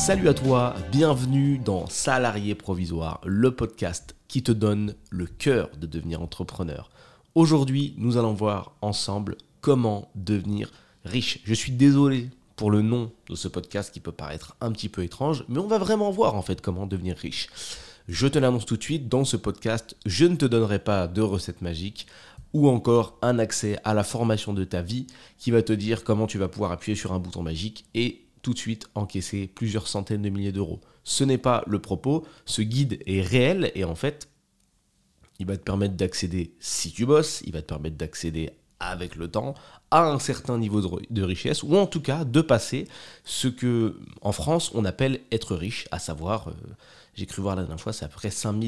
Salut à toi, bienvenue dans Salarié Provisoire, le podcast qui te donne le cœur de devenir entrepreneur. Aujourd'hui, nous allons voir ensemble comment devenir riche. Je suis désolé pour le nom de ce podcast qui peut paraître un petit peu étrange, mais on va vraiment voir en fait comment devenir riche. Je te l'annonce tout de suite, dans ce podcast, je ne te donnerai pas de recettes magiques ou encore un accès à la formation de ta vie qui va te dire comment tu vas pouvoir appuyer sur un bouton magique et tout de suite encaisser plusieurs centaines de milliers d'euros. Ce n'est pas le propos, ce guide est réel et en fait, il va te permettre d'accéder, si tu bosses, il va te permettre d'accéder avec le temps à un certain niveau de richesse ou en tout cas de passer ce que en France on appelle être riche, à savoir, j'ai cru voir la dernière fois, c'est à peu près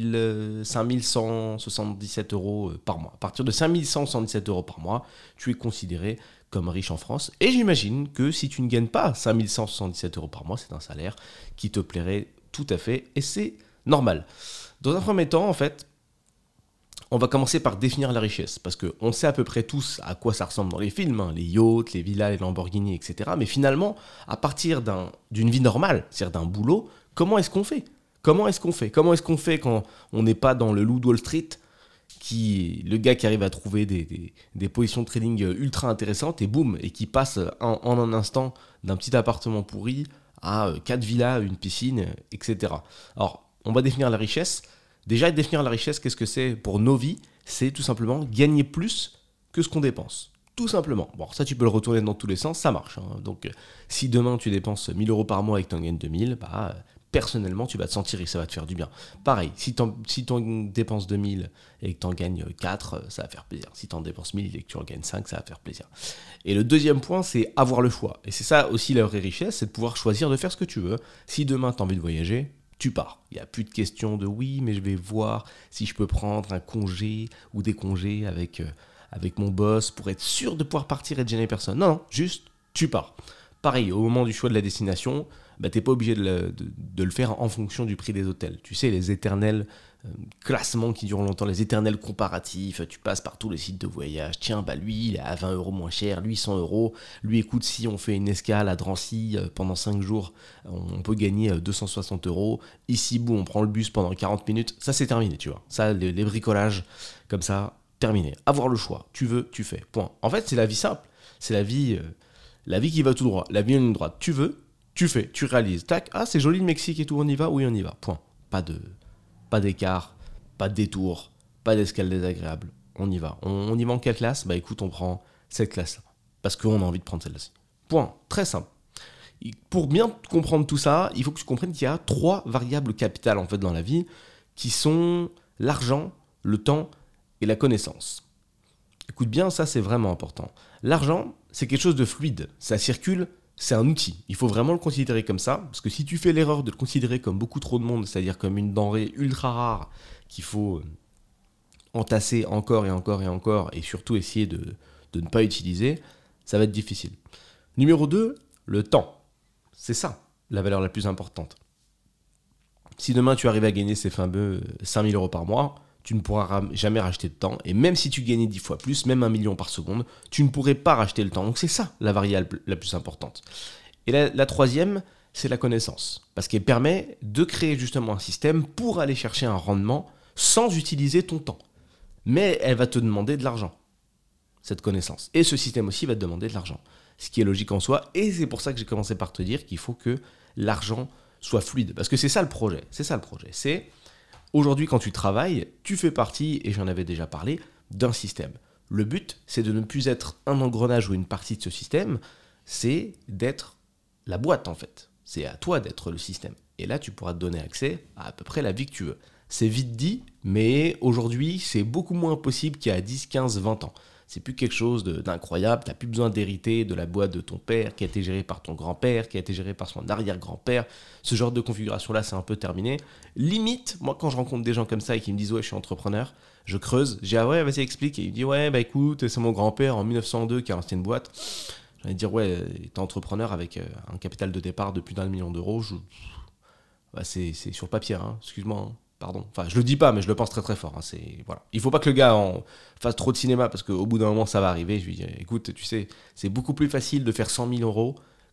5177 euros par mois. À partir de 5177 euros par mois, tu es considéré comme riche en France. Et j'imagine que si tu ne gagnes pas 5177 euros par mois, c'est un salaire qui te plairait tout à fait et c'est normal. Dans un premier temps, en fait, on va commencer par définir la richesse, parce qu'on sait à peu près tous à quoi ça ressemble dans les films, les yachts, les villas, les Lamborghini, etc. Mais finalement, à partir d'une vie normale, c'est-à-dire d'un boulot, comment est-ce qu'on fait ? Comment est-ce qu'on fait quand on n'est pas dans le loup de Wall Street, le gars qui arrive à trouver des positions de trading ultra intéressantes et boum, et qui passe en un instant d'un petit appartement pourri à 4 villas, une piscine, etc. Alors, on va définir la richesse. Déjà, définir la richesse, qu'est-ce que c'est pour nos vies ? C'est tout simplement gagner plus que ce qu'on dépense. Tout simplement. Bon, ça, tu peux le retourner dans tous les sens, ça marche. Donc, si demain, tu dépenses 1000 euros par mois et que tu en gagnes 2000, personnellement, tu vas te sentir et ça va te faire du bien. Pareil, si tu en dépenses 2000 et que tu en gagnes 4, ça va faire plaisir. Si tu en dépenses 1000 et que tu en gagnes 5, ça va faire plaisir. Et le deuxième point, c'est avoir le choix. Et c'est ça aussi la vraie richesse, c'est de pouvoir choisir de faire ce que tu veux. Si demain, tu as envie de voyager, tu pars. Il n'y a plus de question de oui, mais je vais voir si je peux prendre un congé ou des congés avec mon boss pour être sûr de pouvoir partir et de gêner personne. Non, juste, tu pars. Pareil, au moment du choix de la destination, t'es pas obligé de le faire en fonction du prix des hôtels. Tu sais, les éternels classements qui durent longtemps, les éternels comparatifs, tu passes par tous les sites de voyage. Tiens, lui, il est à 20 euros moins cher, lui, 100 euros. Lui, écoute, si on fait une escale à Drancy pendant 5 jours, on peut gagner 260 euros. Ici, on prend le bus pendant 40 minutes. Ça, c'est terminé, tu vois. Ça, les bricolages, comme ça, terminé. Avoir le choix. Tu veux, tu fais. Point. En fait, c'est la vie simple. C'est la vie qui va tout droit. La vie en ligne droite. Tu veux, tu fais, tu réalises. Tac, c'est joli le Mexique et tout, on y va ? Oui, on y va. Point. Pas d'écart, pas de détour, pas d'escale désagréable. On y va. On y va en quelle classe ? Écoute, on prend cette classe-là. Parce qu'on a envie de prendre celle-ci. Point. Très simple. Pour bien comprendre tout ça, il faut que tu comprennes qu'il y a 3 variables capitales en fait dans la vie qui sont l'argent, le temps et la connaissance. Écoute bien, ça c'est vraiment important. L'argent, c'est quelque chose de fluide. Ça circule. C'est un outil, il faut vraiment le considérer comme ça, parce que si tu fais l'erreur de le considérer comme beaucoup trop de monde, c'est-à-dire comme une denrée ultra rare qu'il faut entasser encore et encore et encore, et surtout essayer de ne pas utiliser, ça va être difficile. Numéro 2, le temps. C'est ça, la valeur la plus importante. Si demain tu arrives à gagner ces fameux 5000 euros par mois, tu ne pourras jamais racheter de temps, et même si tu gagnais 10 fois plus, même 1 million par seconde, tu ne pourrais pas racheter le temps. Donc c'est ça la variable la plus importante. Et la troisième, c'est la connaissance, parce qu'elle permet de créer justement un système pour aller chercher un rendement sans utiliser ton temps. Mais elle va te demander de l'argent, cette connaissance. Et ce système aussi va te demander de l'argent, ce qui est logique en soi, et c'est pour ça que j'ai commencé par te dire qu'il faut que l'argent soit fluide, parce que c'est ça le projet. C'est aujourd'hui, quand tu travailles, tu fais partie, et j'en avais déjà parlé, d'un système. Le but, c'est de ne plus être un engrenage ou une partie de ce système, c'est d'être la boîte en fait. C'est à toi d'être le système. Et là, tu pourras te donner accès à peu près la vie que tu veux. C'est vite dit, mais aujourd'hui, c'est beaucoup moins possible qu'il y a 10, 15, 20 ans. C'est plus quelque chose d'incroyable, tu n'as plus besoin d'hériter de la boîte de ton père qui a été gérée par ton grand-père, qui a été gérée par son arrière-grand-père. Ce genre de configuration-là, c'est un peu terminé. Limite, moi quand je rencontre des gens comme ça et qui me disent « ouais, je suis entrepreneur », je creuse, je dis « ah ouais, vas-y, explique ». Et il me dit « ouais, écoute, c'est mon grand-père en 1902 qui a lancé une boîte ». J'ai envie de dire « ouais, t'es entrepreneur avec un capital de départ de plus d'1 million d'euros ». C'est sur papier, excuse-moi, Pardon. Enfin, je le dis pas, mais je le pense très très fort. Voilà. Il faut pas que le gars fasse trop de cinéma parce qu'au bout d'un moment, ça va arriver. Je lui dis, écoute, tu sais, c'est beaucoup plus facile de faire 100 000 euros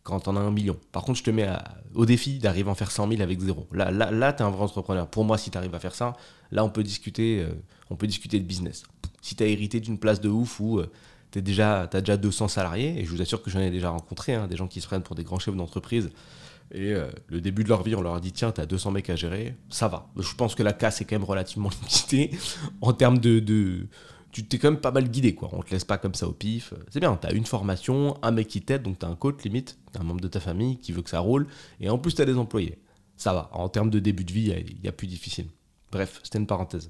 quand t'en as 1 million. Par contre, je te mets au défi d'arriver à en faire 100 000 avec zéro. Là t'es un vrai entrepreneur. Pour moi, si t'arrives à faire ça, là, on peut discuter de business. Si t'as hérité d'une place de ouf où t'as déjà 200 salariés, et je vous assure que j'en ai déjà rencontré, des gens qui se prennent pour des grands chefs d'entreprise, et le début de leur vie, on leur a dit tiens, t'as 200 mecs à gérer, ça va. Je pense que la casse est quand même relativement limitée en termes de tu t'es quand même pas mal guidé, quoi. On te laisse pas comme ça au pif. C'est bien, t'as une formation, un mec qui t'aide, donc t'as un coach limite, t'as un membre de ta famille qui veut que ça roule, et en plus t'as des employés. Ça va. En termes de début de vie, il y a plus difficile. Bref, c'était une parenthèse.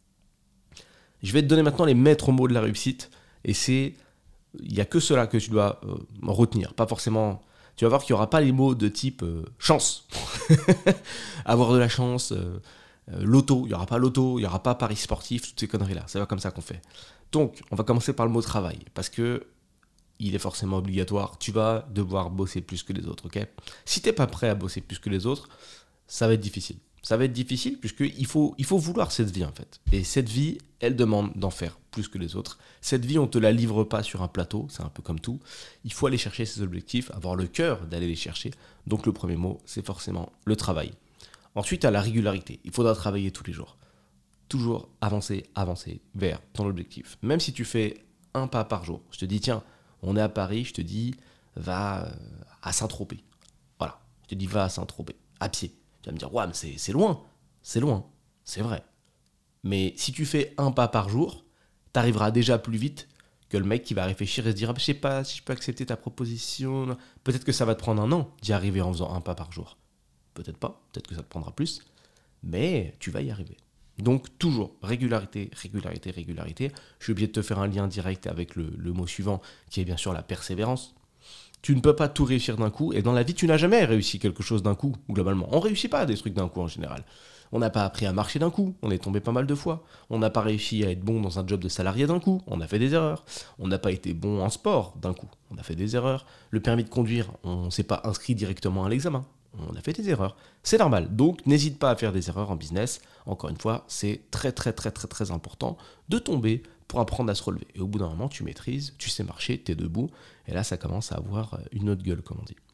Je vais te donner maintenant les maîtres mots de la réussite, et il n'y a que cela que tu dois retenir, pas forcément. Tu vas voir qu'il n'y aura pas les mots de type chance, avoir de la chance, loto, il n'y aura pas loto, il n'y aura pas paris sportif, toutes ces conneries-là. C'est pas comme ça qu'on fait. Donc, on va commencer par le mot travail, parce que il est forcément obligatoire. Tu vas devoir bosser plus que les autres, ok ? Si tu n'es pas prêt à bosser plus que les autres, ça va être difficile. Ça va être difficile puisqu'il faut vouloir cette vie en fait. Et cette vie, elle demande d'en faire plus que les autres. Cette vie, on ne te la livre pas sur un plateau, c'est un peu comme tout. Il faut aller chercher ses objectifs, avoir le cœur d'aller les chercher. Donc le premier mot, c'est forcément le travail. Ensuite, à la régularité. Il faudra travailler tous les jours. Toujours avancer vers ton objectif. Même si tu fais un pas par jour. Je te dis, tiens, on est à Paris, je te dis, va à Saint-Tropez. Voilà, je te dis, va à Saint-Tropez, à pied. Tu vas me dire, ouais, mais c'est loin, c'est vrai. Mais si tu fais un pas par jour, tu arriveras déjà plus vite que le mec qui va réfléchir et se dire, je sais pas si je peux accepter ta proposition. Peut-être que ça va te prendre 1 an d'y arriver en faisant un pas par jour. Peut-être pas, peut-être que ça te prendra plus, mais tu vas y arriver. Donc toujours, régularité. Je suis obligé de te faire un lien direct avec le mot suivant, qui est bien sûr la persévérance. Tu ne peux pas tout réussir d'un coup, et dans la vie, tu n'as jamais réussi quelque chose d'un coup, globalement. On ne réussit pas des trucs d'un coup en général. On n'a pas appris à marcher d'un coup, on est tombé pas mal de fois. On n'a pas réussi à être bon dans un job de salarié d'un coup, on a fait des erreurs. On n'a pas été bon en sport d'un coup, on a fait des erreurs. Le permis de conduire, on ne s'est pas inscrit directement à l'examen, on a fait des erreurs. C'est normal, donc n'hésite pas à faire des erreurs en business. Encore une fois, c'est très important de tomber pour apprendre à se relever. Et au bout d'un moment, tu maîtrises, tu sais marcher, tu es debout, et là, ça commence à avoir une autre gueule, comme on dit.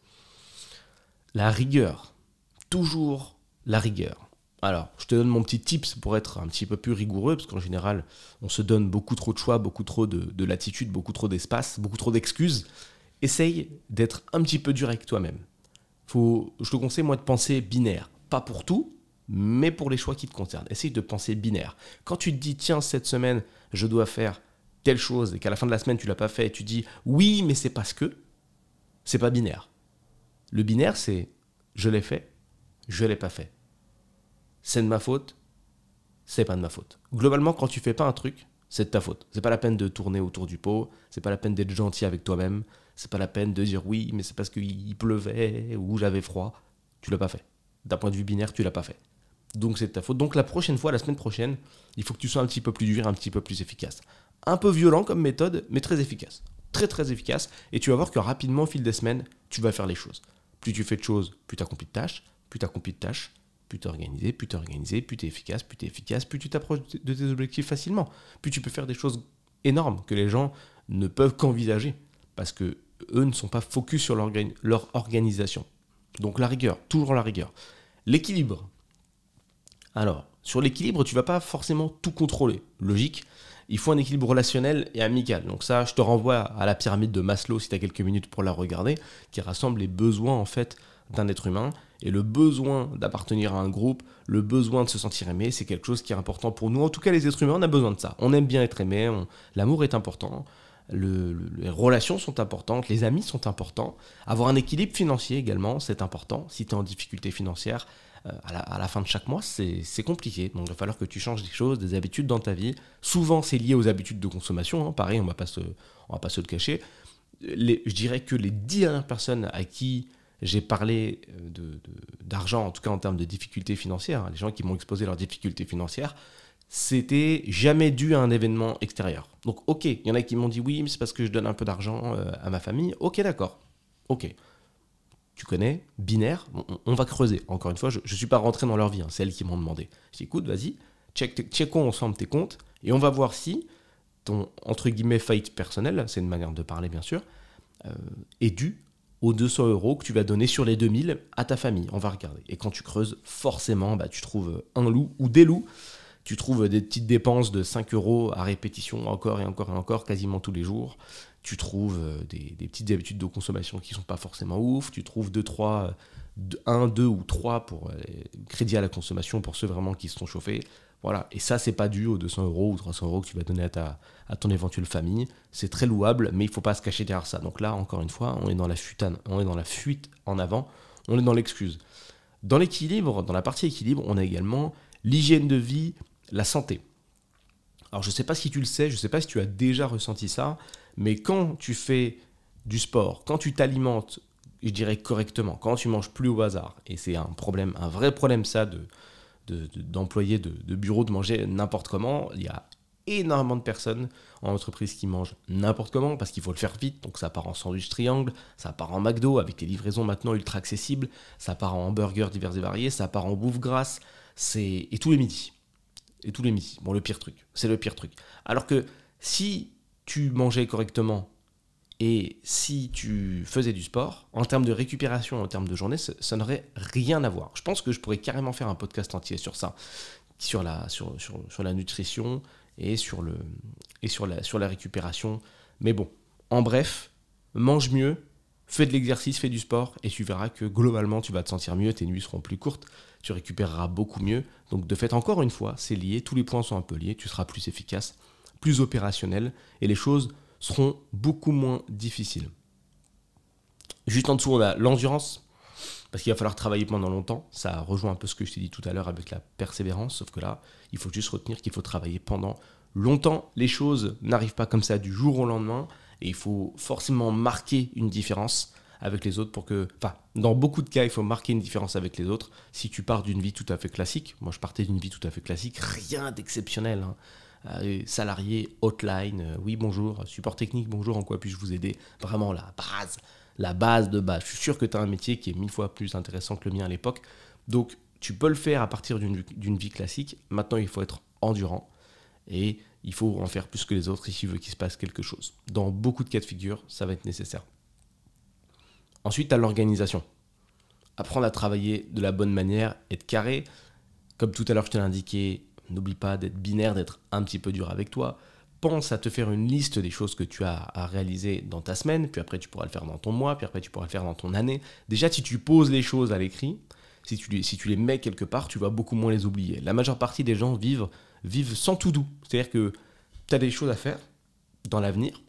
La rigueur. Toujours la rigueur. Alors, je te donne mon petit tips pour être un petit peu plus rigoureux, parce qu'en général, on se donne beaucoup trop de choix, beaucoup trop de latitude, beaucoup trop d'espace, beaucoup trop d'excuses. Essaye d'être un petit peu dur avec toi-même. Je te conseille, moi, de penser binaire. Pas pour tout, mais pour les choix qui te concernent. Essaye de penser binaire. Quand tu te dis, tiens, cette semaine, je dois faire telle chose, et qu'à la fin de la semaine, tu ne l'as pas fait, et tu dis, oui, mais c'est parce que, c'est pas binaire. Le binaire, c'est, je l'ai fait, je l'ai pas fait. C'est de ma faute, c'est pas de ma faute. Globalement, quand tu fais pas un truc, c'est de ta faute. C'est pas la peine de tourner autour du pot, c'est pas la peine d'être gentil avec toi-même, c'est pas la peine de dire oui, mais c'est parce qu'il pleuvait ou j'avais froid. Tu l'as pas fait. D'un point de vue binaire, tu l'as pas fait. Donc c'est de ta faute. Donc la prochaine fois, la semaine prochaine, il faut que tu sois un petit peu plus dur, un petit peu plus efficace. Un peu violent comme méthode, mais très efficace. Très efficace. Et tu vas voir que rapidement, au fil des semaines, tu vas faire les choses. Plus tu fais de choses, plus tu accomplis de tâches. Plus tu accomplis de tâches, plus tu es organisé, plus tu es efficace, plus tu t'approches de tes objectifs facilement. Plus tu peux faire des choses énormes que les gens ne peuvent qu'envisager. Parce que eux ne sont pas focus sur leur organisation. Donc la rigueur, toujours la rigueur. L'équilibre. Alors, sur l'équilibre, tu ne vas pas forcément tout contrôler. Logique, il faut un équilibre relationnel et amical. Donc ça, je te renvoie à la pyramide de Maslow, si tu as quelques minutes pour la regarder, qui rassemble les besoins en fait d'un être humain. Et le besoin d'appartenir à un groupe, le besoin de se sentir aimé, c'est quelque chose qui est important pour nous. En tout cas, les êtres humains, on a besoin de ça. On aime bien être aimé, l'amour est important. Les relations sont importantes, les amis sont importants. Avoir un équilibre financier également, c'est important. Si tu es en difficulté financière, à la fin de chaque mois, c'est compliqué. Donc il va falloir que tu changes des choses, des habitudes dans ta vie. Souvent, c'est lié aux habitudes de consommation. Hein. Pareil, on va pas se le cacher. Je dirais que les 10 dernières personnes à qui j'ai parlé d'argent, en tout cas en termes de difficultés financières, hein, les gens qui m'ont exposé leurs difficultés financières, c'était jamais dû à un événement extérieur. Donc ok, il y en a qui m'ont dit oui, mais c'est parce que je donne un peu d'argent à ma famille. Ok, d'accord. Ok. Tu connais, binaire, on va creuser. Encore une fois, je ne suis pas rentré dans leur vie, hein, c'est elles qui m'ont demandé. Je dis écoute, vas-y, checkons ensemble tes comptes et on va voir si ton, entre guillemets, faillite personnelle, c'est une manière de parler bien sûr, est due aux 200 € que tu vas donner sur les 2000 à ta famille. On va regarder. Et quand tu creuses, forcément, tu trouves un loup ou des loups. Tu trouves des petites dépenses de 5 € à répétition, encore et encore et encore, quasiment tous les jours. Tu trouves des petites habitudes de consommation qui ne sont pas forcément ouf. Tu trouves 1, 2 ou 3 pour crédit à la consommation pour ceux vraiment qui se sont chauffés. Voilà. Et ça, c'est pas dû aux 200 € ou 300 € que tu vas donner à ton éventuelle famille. C'est très louable, mais il ne faut pas se cacher derrière ça. Donc là, encore une fois, on est dans la fuite en avant. On est dans l'excuse. Dans l'équilibre, dans la partie équilibre, on a également l'hygiène de vie, la santé. Alors je ne sais pas si tu le sais, je ne sais pas si tu as déjà ressenti ça, mais quand tu fais du sport, quand tu t'alimentes, je dirais correctement, quand tu manges plus au hasard, et c'est un vrai problème ça d'employés de bureau de manger n'importe comment, il y a énormément de personnes en entreprise qui mangent n'importe comment parce qu'il faut le faire vite, donc ça part en sandwich triangle, ça part en McDo avec les livraisons maintenant ultra accessibles, ça part en hamburgers divers et variés, ça part en bouffe grasse, et tous les midis. Et tous les midis. Bon, c'est le pire truc. Alors que si tu mangeais correctement et si tu faisais du sport, en termes de récupération, en termes de journée, ça n'aurait rien à voir. Je pense que je pourrais carrément faire un podcast entier sur ça, sur la nutrition et sur la récupération. Mais bon, en bref, mange mieux, fais de l'exercice, fais du sport et tu verras que globalement, tu vas te sentir mieux, tes nuits seront plus courtes, tu récupéreras beaucoup mieux. Donc de fait, encore une fois, c'est lié, tous les points sont un peu liés, tu seras plus efficace, plus opérationnel et les choses seront beaucoup moins difficiles. Juste en dessous, on a l'endurance, parce qu'il va falloir travailler pendant longtemps. Ça rejoint un peu ce que je t'ai dit tout à l'heure avec la persévérance, sauf que là, il faut juste retenir qu'il faut travailler pendant longtemps. Les choses n'arrivent pas comme ça du jour au lendemain, et il faut forcément marquer une différence avec les autres dans beaucoup de cas, il faut marquer une différence avec les autres. Si tu pars d'une vie tout à fait classique, moi je partais d'une vie tout à fait classique, rien d'exceptionnel, salarié, hotline, oui bonjour, support technique, bonjour, en quoi puis-je vous aider, vraiment la base de base. Je suis sûr que tu as un métier qui est 1000 fois plus intéressant que le mien à l'époque, donc tu peux le faire à partir d'une vie classique. Maintenant il faut être endurant et il faut en faire plus que les autres si tu veux qu'il se passe quelque chose. Dans beaucoup de cas de figure, ça va être nécessaire. Ensuite, tu as l'organisation. Apprendre à travailler de la bonne manière, être carré. Comme tout à l'heure, je te l'ai indiqué, n'oublie pas d'être binaire, d'être un petit peu dur avec toi. Pense à te faire une liste des choses que tu as à réaliser dans ta semaine, puis après tu pourras le faire dans ton mois, puis après tu pourras le faire dans ton année. Déjà, si tu poses les choses à l'écrit, si tu les mets quelque part, tu vas beaucoup moins les oublier. La majeure partie des gens vivent sans tout doux. C'est-à-dire que tu as des choses à faire dans l'avenir,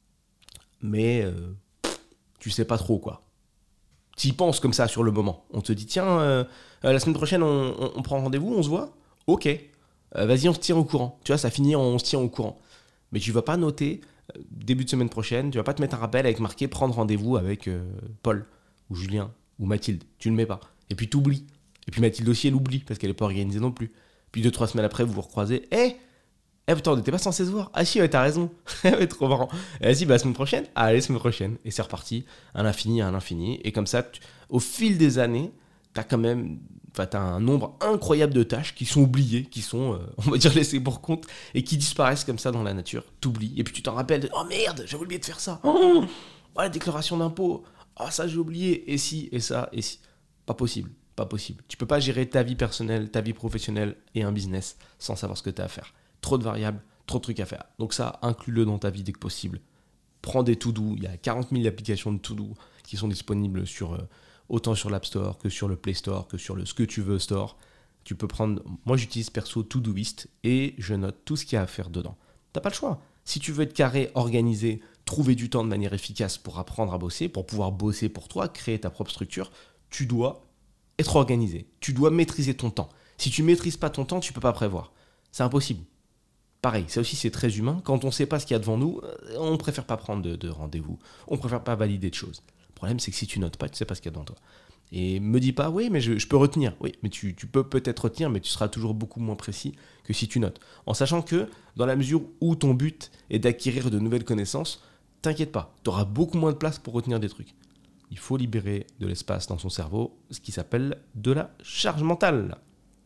mais tu sais pas trop quoi. Tu y penses comme ça sur le moment. On te dit, tiens, la semaine prochaine, on prend rendez-vous, on se voit ? Ok. Vas-y, on se tient au courant. Tu vois, ça finit en on se tient au courant. Mais tu vas pas noter début de semaine prochaine, tu vas pas te mettre un rappel avec marqué prendre rendez-vous avec Paul ou Julien ou Mathilde. Tu le mets pas. Et puis tu oublies. Et puis Mathilde aussi, elle oublie parce qu'elle est pas organisée non plus. Puis 2-3 semaines après, vous vous recroisez. Putain, on n'était pas censé se voir. Ah si, ouais, t'as raison. Trop marrant. Vas-y, la semaine prochaine. Allez, semaine prochaine. Et c'est reparti. À l'infini. Et comme ça, au fil des années, t'as un nombre incroyable de tâches qui sont oubliées, qui sont, on va dire, laissées pour compte et qui disparaissent comme ça dans la nature. T'oublies. Et puis tu t'en rappelles. Oh merde, j'avais oublié de faire ça. Oh, la déclaration d'impôt. Ah, ça, j'ai oublié. Et si, et ça, et si. Pas possible. Tu peux pas gérer ta vie personnelle, ta vie professionnelle et un business sans savoir ce que t'as à faire. Trop de variables, trop de trucs à faire. Donc ça, inclus-le dans ta vie dès que possible. Prends des to-do. Il y a 40 000 applications de to-do qui sont disponibles autant sur l'App Store que sur le Play Store, que sur le ce que tu veux Store. Tu peux prendre... Moi, j'utilise perso Todoist et je note tout ce qu'il y a à faire dedans. T'as pas le choix. Si tu veux être carré, organisé, trouver du temps de manière efficace pour apprendre à bosser, pour pouvoir bosser pour toi, créer ta propre structure, tu dois être organisé. Tu dois maîtriser ton temps. Si tu maîtrises pas ton temps, tu peux pas prévoir. C'est impossible. Pareil, ça aussi c'est très humain. Quand on ne sait pas ce qu'il y a devant nous, on ne préfère pas prendre de rendez-vous. On ne préfère pas valider de choses. Le problème c'est que si tu notes pas, tu ne sais pas ce qu'il y a devant toi. Et me dis pas, oui mais je peux retenir. Oui, mais tu peux peut-être retenir, mais tu seras toujours beaucoup moins précis que si tu notes. En sachant que dans la mesure où ton but est d'acquérir de nouvelles connaissances, t'inquiète pas, tu auras beaucoup moins de place pour retenir des trucs. Il faut libérer de l'espace dans son cerveau, ce qui s'appelle de la charge mentale.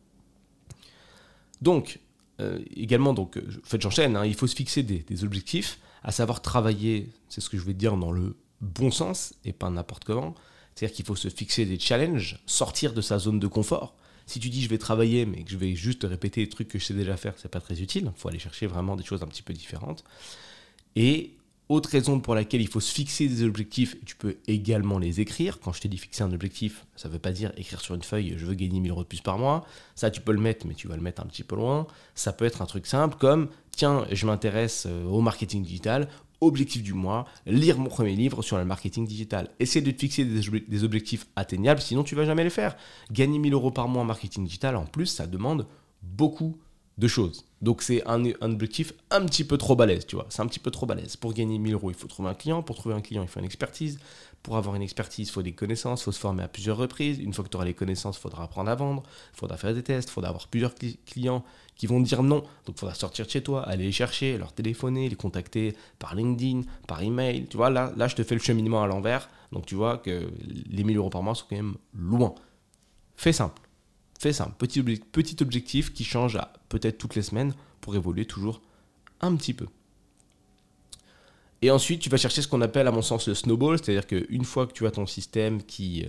Donc, également, j'enchaîne, il faut se fixer des objectifs, à savoir travailler, c'est ce que je vais te dire dans le bon sens et pas n'importe comment. C'est-à-dire qu'il faut se fixer des challenges, sortir de sa zone de confort. Si tu dis je vais travailler mais que je vais juste répéter les trucs que je sais déjà faire, c'est pas très utile. Il faut aller chercher vraiment des choses un petit peu différentes. Et autre raison pour laquelle il faut se fixer des objectifs, et tu peux également les écrire. Quand je te dis fixer un objectif, ça ne veut pas dire écrire sur une feuille je veux gagner 1000 euros de plus par mois. Ça tu peux le mettre mais tu vas le mettre un petit peu loin. Ça peut être un truc simple comme tiens je m'intéresse au marketing digital. Objectif du mois, lire mon premier livre sur le marketing digital. Essaie de te fixer des objectifs atteignables, sinon tu ne vas jamais les faire. Gagner 1000 euros par mois en marketing digital, en plus, ça demande beaucoup de choses. Donc c'est un objectif un petit peu trop balèze, tu vois. C'est un petit peu trop balèze. Pour gagner 1000 euros, il faut trouver un client. Pour trouver un client, il faut une expertise. Pour avoir une expertise, il faut des connaissances. Il faut se former à plusieurs reprises. Une fois que tu auras les connaissances, il faudra apprendre à vendre. Il faudra faire des tests. Il faudra avoir plusieurs clients qui vont dire non. Donc il faudra sortir de chez toi, aller les chercher, leur téléphoner, les contacter par LinkedIn, par email. Tu vois, là je te fais le cheminement à l'envers. Donc tu vois que les 1000 euros par mois sont quand même loin. Fais simple. Petit objectif qui change à peut-être toutes les semaines pour évoluer toujours un petit peu. Et ensuite, tu vas chercher ce qu'on appelle, à mon sens, le snowball, c'est-à-dire qu'une fois que tu as ton système qui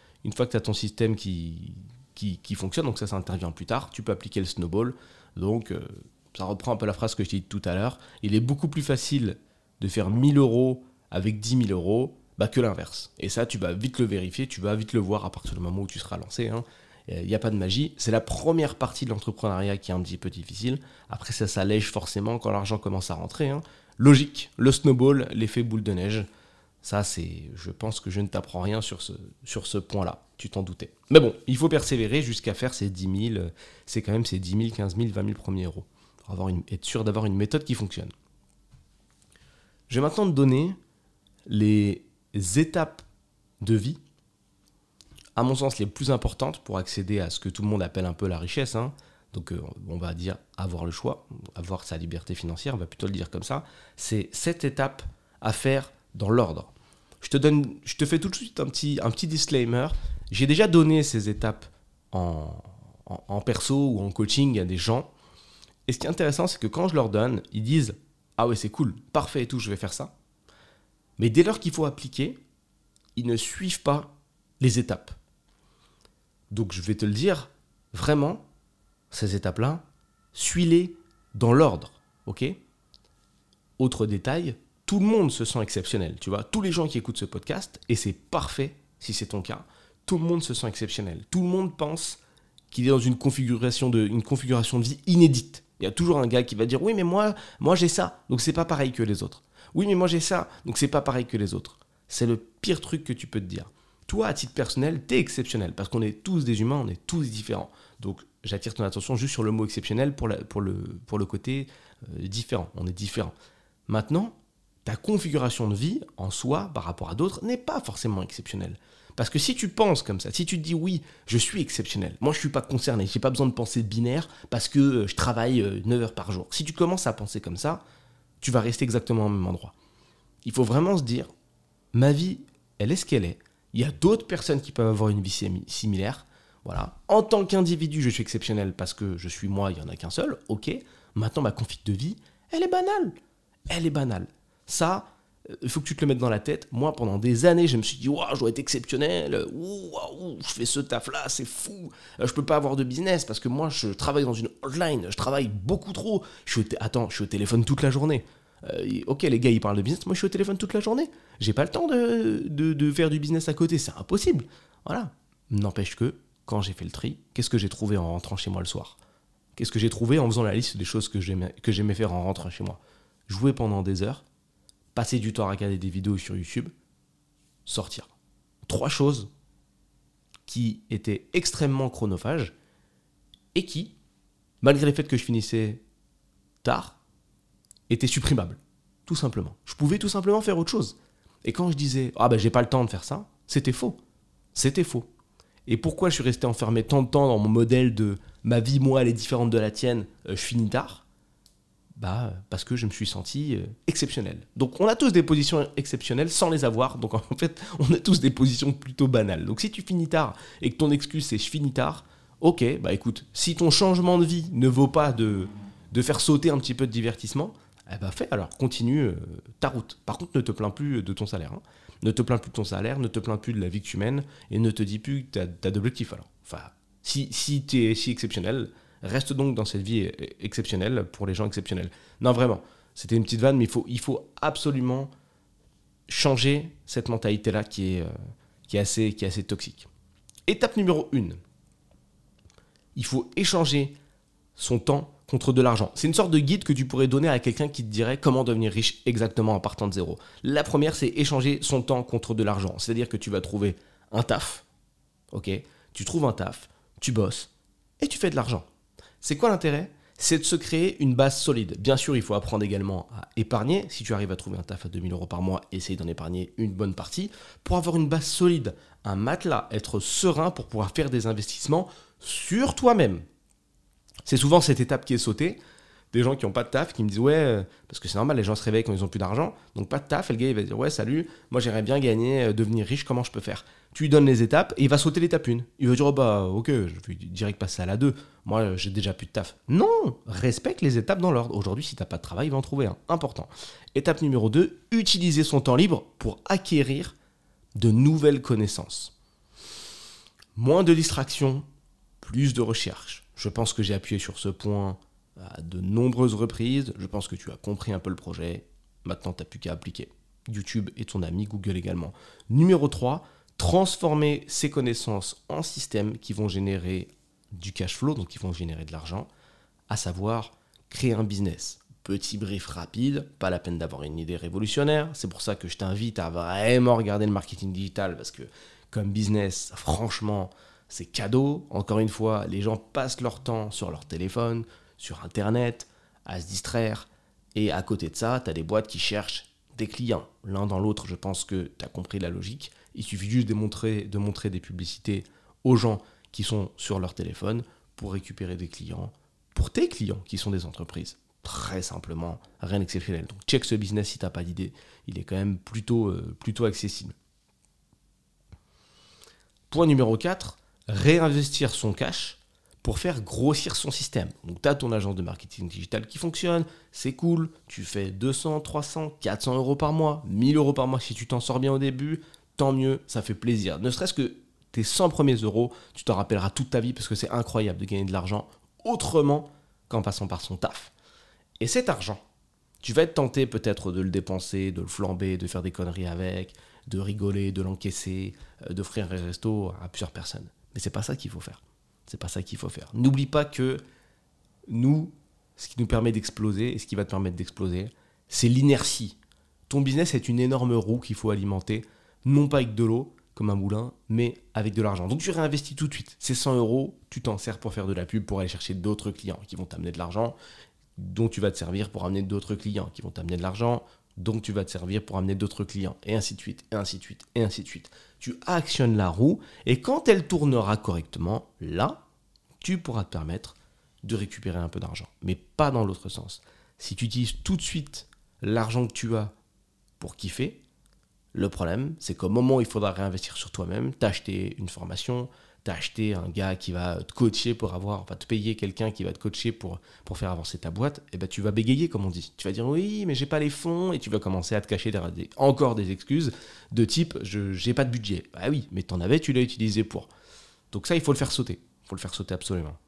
fonctionne, donc ça intervient plus tard, tu peux appliquer le snowball. Donc, ça reprend un peu la phrase que je t'ai dit tout à l'heure. Il est beaucoup plus facile de faire 1000 euros avec 10 000 euros que l'inverse. Et ça, tu vas vite le vérifier, tu vas vite le voir à partir du moment où tu seras lancé. Il n'y a pas de magie. C'est la première partie de l'entrepreneuriat qui est un petit peu difficile. Après, ça s'allège forcément quand l'argent commence à rentrer. Logique, le snowball, l'effet boule de neige. Ça, je pense que je ne t'apprends rien sur ce point-là. Tu t'en doutais. Mais bon, il faut persévérer jusqu'à faire ces 10 000, c'est quand même ces 10 000, 15 000, 20 000 premiers euros. Pour être sûr d'avoir une méthode qui fonctionne. Je vais maintenant te donner les étapes de vie, à mon sens, les plus importantes pour accéder à ce que tout le monde appelle un peu la richesse. Donc, on va dire avoir le choix, avoir sa liberté financière, on va plutôt le dire comme ça. C'est 7 étapes à faire dans l'ordre. Je te fais tout de suite un petit disclaimer. J'ai déjà donné ces étapes en perso ou en coaching à des gens. Et ce qui est intéressant, c'est que quand je leur donne, ils disent « Ah ouais, c'est cool, parfait et tout, je vais faire ça. » Mais dès lors qu'il faut appliquer, ils ne suivent pas les étapes. Donc je vais te le dire, vraiment, ces étapes-là, suis-les dans l'ordre, ok ? Autre détail, tout le monde se sent exceptionnel, tu vois ? Tous les gens qui écoutent ce podcast, et c'est parfait si c'est ton cas, tout le monde se sent exceptionnel. Tout le monde pense qu'il est dans une configuration de vie inédite. Il y a toujours un gars qui va dire « Oui, mais moi j'ai ça, donc c'est pas pareil que les autres. Oui, mais moi j'ai ça, donc c'est pas pareil que les autres. » C'est le pire truc que tu peux te dire. Toi, à titre personnel, t'es exceptionnel, parce qu'on est tous des humains, on est tous différents. Donc, j'attire ton attention juste sur le mot exceptionnel pour le côté différent. On est différents. Maintenant, ta configuration de vie, en soi, par rapport à d'autres, n'est pas forcément exceptionnelle. Parce que si tu penses comme ça, si tu te dis « Oui, je suis exceptionnel, moi je ne suis pas concerné, je n'ai pas besoin de penser binaire parce que je travaille 9 heures par jour. » Si tu commences à penser comme ça, tu vas rester exactement au même endroit. Il faut vraiment se dire « Ma vie, elle est ce qu'elle est. Il y a d'autres personnes qui peuvent avoir une vie similaire. Voilà. En tant qu'individu, je suis exceptionnel parce que je suis moi, il n'y en a qu'un seul. Ok. Maintenant, ma config de vie, elle est banale. Elle est banale. Ça, il faut que tu te le mettes dans la tête. Moi, pendant des années, je me suis dit, waouh, je dois être exceptionnel. Waouh, je fais ce taf-là, c'est fou. Je peux pas avoir de business parce que moi, je travaille dans une hotline. Je travaille beaucoup trop. Je suis au téléphone toute la journée. Ok, les gars, ils parlent de business. Moi, je suis au téléphone toute la journée. J'ai pas le temps de faire du business à côté. C'est impossible. Voilà. N'empêche que, quand j'ai fait le tri, qu'est-ce que j'ai trouvé en rentrant chez moi le soir ? Qu'est-ce que j'ai trouvé en faisant la liste des choses que j'aimais faire en rentrant chez moi ? Jouer pendant des heures, passer du temps à regarder des vidéos sur YouTube, sortir. 3 choses qui étaient extrêmement chronophages et qui, malgré le fait que je finissais tard, était supprimable, tout simplement. Je pouvais tout simplement faire autre chose. Et quand je disais « Ah ben j'ai pas le temps de faire ça », c'était faux. C'était faux. Et pourquoi je suis resté enfermé tant de temps dans mon modèle de « ma vie, moi, elle est différente de la tienne, je finis tard », parce que je me suis senti exceptionnel. Donc on a tous des positions exceptionnelles sans les avoir, donc en fait on a tous des positions plutôt banales. Donc si tu finis tard et que ton excuse c'est « je finis tard », ok, écoute, si ton changement de vie ne vaut pas de faire sauter un petit peu de divertissement, Eh ben fais alors, continue ta route. Par contre, ne te plains plus de ton salaire. Hein. Ne te plains plus de ton salaire, ne te plains plus de la vie que tu mènes et ne te dis plus que tu as d'objectifs. Alors, enfin, si tu es si exceptionnel, reste donc dans cette vie exceptionnelle pour les gens exceptionnels. Non, vraiment, c'était une petite vanne, mais il faut absolument changer cette mentalité-là qui est assez toxique. Étape numéro 1. Il faut échanger son temps contre de l'argent. C'est une sorte de guide que tu pourrais donner à quelqu'un qui te dirait comment devenir riche exactement en partant de zéro. La première, c'est échanger son temps contre de l'argent. C'est-à-dire que tu vas trouver un taf, ok ? Tu trouves un taf, tu bosses et tu fais de l'argent. C'est quoi l'intérêt ? C'est de se créer une base solide. Bien sûr, il faut apprendre également à épargner. Si tu arrives à trouver un taf à 2 000 € par mois, essaye d'en épargner une bonne partie pour avoir une base solide, un matelas, être serein pour pouvoir faire des investissements sur toi-même. C'est souvent cette étape qui est sautée. Des gens qui n'ont pas de taf qui me disent ouais, parce que c'est normal, les gens se réveillent quand ils n'ont plus d'argent, donc pas de taf, et le gars il va dire ouais salut, moi j'aimerais bien gagner, devenir riche, comment je peux faire ? Tu lui donnes les étapes et il va sauter l'étape 1. Il va dire oh bah ok, je vais direct passer à la 2, moi j'ai déjà plus de taf. Non, respecte les étapes dans l'ordre. Aujourd'hui si t'as pas de travail, il va en trouver un, important. Étape numéro 2, utiliser son temps libre pour acquérir de nouvelles connaissances. Moins de distractions, plus de recherche. Je pense que j'ai appuyé sur ce point à de nombreuses reprises. Je pense que tu as compris un peu le projet. Maintenant, tu n'as plus qu'à appliquer. YouTube est ton ami, Google également. Numéro 3, transformer ces connaissances en systèmes qui vont générer du cash flow, donc qui vont générer de l'argent, à savoir créer un business. Petit brief rapide, pas la peine d'avoir une idée révolutionnaire. C'est pour ça que je t'invite à vraiment regarder le marketing digital, parce que comme business, franchement, c'est cadeau. Encore une fois, les gens passent leur temps sur leur téléphone, sur Internet, à se distraire. Et à côté de ça, tu as des boîtes qui cherchent des clients. L'un dans l'autre, je pense que tu as compris la logique. Il suffit juste de montrer des publicités aux gens qui sont sur leur téléphone pour récupérer des clients, pour tes clients qui sont des entreprises. Très simplement, rien d'exceptionnel. Donc check ce business si tu n'as pas d'idée. Il est quand même plutôt accessible. Point numéro 4, réinvestir son cash pour faire grossir son système. Donc, tu as ton agence de marketing digital qui fonctionne, c'est cool, tu fais 200, 300, 400 € par mois, 1 000 € par mois si tu t'en sors bien au début, tant mieux, ça fait plaisir. Ne serait-ce que tes 100 premiers euros, tu t'en rappelleras toute ta vie parce que c'est incroyable de gagner de l'argent autrement qu'en passant par son taf. Et cet argent, tu vas être tenté peut-être de le dépenser, de le flamber, de faire des conneries avec, de rigoler, de l'encaisser, d'offrir un resto à plusieurs personnes. Mais c'est pas ça qu'il faut faire. C'est pas ça qu'il faut faire. N'oublie pas que nous, ce qui nous permet d'exploser et ce qui va te permettre d'exploser, c'est l'inertie. Ton business est une énorme roue qu'il faut alimenter, non pas avec de l'eau, comme un moulin, mais avec de l'argent. Donc tu réinvestis tout de suite. Ces 100 €, tu t'en sers pour faire de la pub, pour aller chercher d'autres clients qui vont t'amener de l'argent, dont tu vas te servir pour amener d'autres clients qui vont t'amener de l'argent, donc tu vas te servir pour amener d'autres clients, et ainsi de suite, et ainsi de suite, et ainsi de suite. Tu actionnes la roue, et quand elle tournera correctement, là, tu pourras te permettre de récupérer un peu d'argent, mais pas dans l'autre sens. Si tu utilises tout de suite l'argent que tu as pour kiffer, le problème, c'est qu'au moment où il faudra réinvestir sur toi-même, t'as acheté une formation, t'as acheté un gars qui va te coacher te payer quelqu'un qui va te coacher pour faire avancer ta boîte, et ben tu vas bégayer comme on dit. Tu vas dire oui, mais j'ai pas les fonds, et tu vas commencer à te cacher derrière encore des excuses de type j'ai pas de budget. Ah oui, mais t'en avais, tu l'as utilisé pour. Donc ça, il faut le faire sauter. Il faut le faire sauter absolument.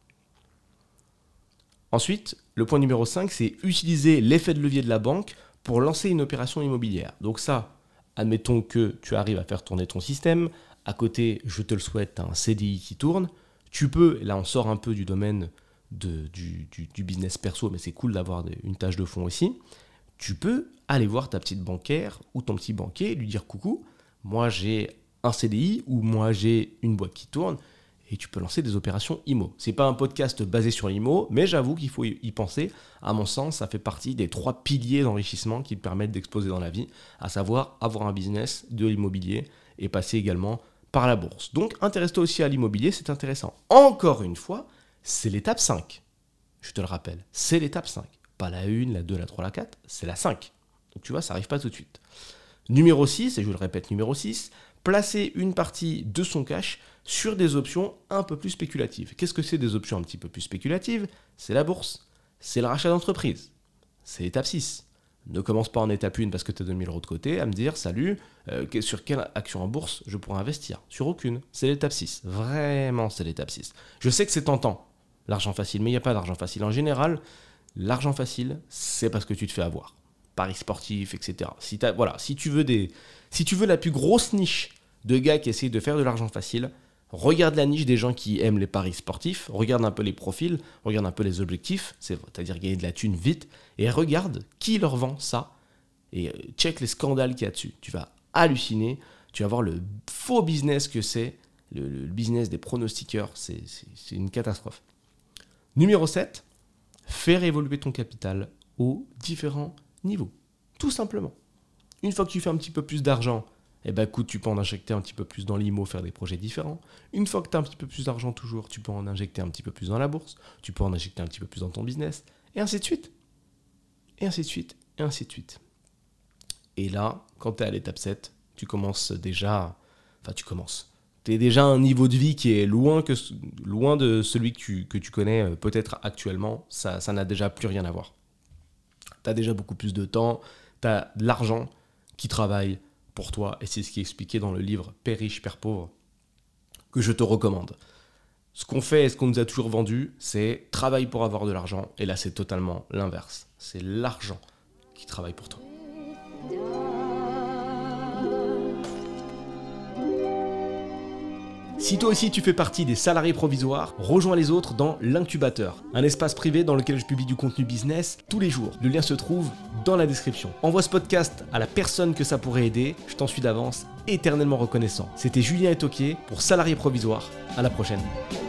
Ensuite, le point numéro 5, c'est utiliser l'effet de levier de la banque pour lancer une opération immobilière. Donc ça, admettons que tu arrives à faire tourner ton système. À côté, je te le souhaite, tu as un CDI qui tourne. Tu peux, là on sort un peu du domaine du business perso, mais c'est cool d'avoir une tâche de fond aussi. Tu peux aller voir ta petite banquière ou ton petit banquier et lui dire coucou, moi j'ai un CDI ou moi j'ai une boîte qui tourne et tu peux lancer des opérations IMO. C'est pas un podcast basé sur l'IMO, mais j'avoue qu'il faut y penser. À mon sens, ça fait partie des 3 piliers d'enrichissement qui te permettent d'exploser dans la vie, à savoir avoir un business de l'immobilier et passer également par la bourse. Donc, intéresse-toi aussi à l'immobilier, c'est intéressant. Encore une fois, c'est l'étape 5. Je te le rappelle, c'est l'étape 5. Pas la 1, la 2, la 3, la 4, c'est la 5. Donc, tu vois, ça n'arrive pas tout de suite. Numéro 6, et je le répète, numéro 6, placer une partie de son cash sur des options un peu plus spéculatives. Qu'est-ce que c'est des options un petit peu plus spéculatives ? C'est la bourse, c'est le rachat d'entreprise. C'est l'étape 6. Ne commence pas en étape 1 parce que tu as 2000 euros de côté à me dire, salut, sur quelle action en bourse je pourrais investir? Sur aucune. C'est l'étape 6. Vraiment, c'est l'étape 6. Je sais que c'est tentant, l'argent facile, mais il n'y a pas d'argent facile. En général, l'argent facile, c'est parce que tu te fais avoir. Paris sportif, etc. Si tu veux la plus grosse niche de gars qui essayent de faire de l'argent facile, regarde la niche des gens qui aiment les paris sportifs, regarde un peu les profils, regarde un peu les objectifs, c'est-à-dire gagner de la thune vite, et regarde qui leur vend ça, et check les scandales qu'il y a dessus. Tu vas halluciner, tu vas voir le faux business que c'est, le business des pronostiqueurs, c'est une catastrophe. Numéro 7, faire évoluer ton capital aux différents niveaux. Tout simplement. Une fois que tu fais un petit peu plus d'argent, écoute, tu peux en injecter un petit peu plus dans l'IMO, faire des projets différents. Une fois que tu as un petit peu plus d'argent toujours, tu peux en injecter un petit peu plus dans la bourse, tu peux en injecter un petit peu plus dans ton business, et ainsi de suite. Et ainsi de suite, et ainsi de suite. Et là, quand tu es à l'étape 7, tu es déjà à un niveau de vie qui est loin de celui que tu connais peut-être actuellement. Ça n'a déjà plus rien à voir. Tu as déjà beaucoup plus de temps, tu as de l'argent qui travaille pour toi, et c'est ce qui est expliqué dans le livre Père riche, Père pauvre, que je te recommande. Ce qu'on fait et ce qu'on nous a toujours vendu, c'est travaille pour avoir de l'argent, et là c'est totalement l'inverse. C'est l'argent qui travaille pour toi. Si toi aussi tu fais partie des salariés provisoires, rejoins les autres dans l'Incubateur, un espace privé dans lequel je publie du contenu business tous les jours. Le lien se trouve dans la description. Envoie ce podcast à la personne que ça pourrait aider, je t'en suis d'avance éternellement reconnaissant. C'était Julien Etoquier pour Salariés Provisoires, à la prochaine.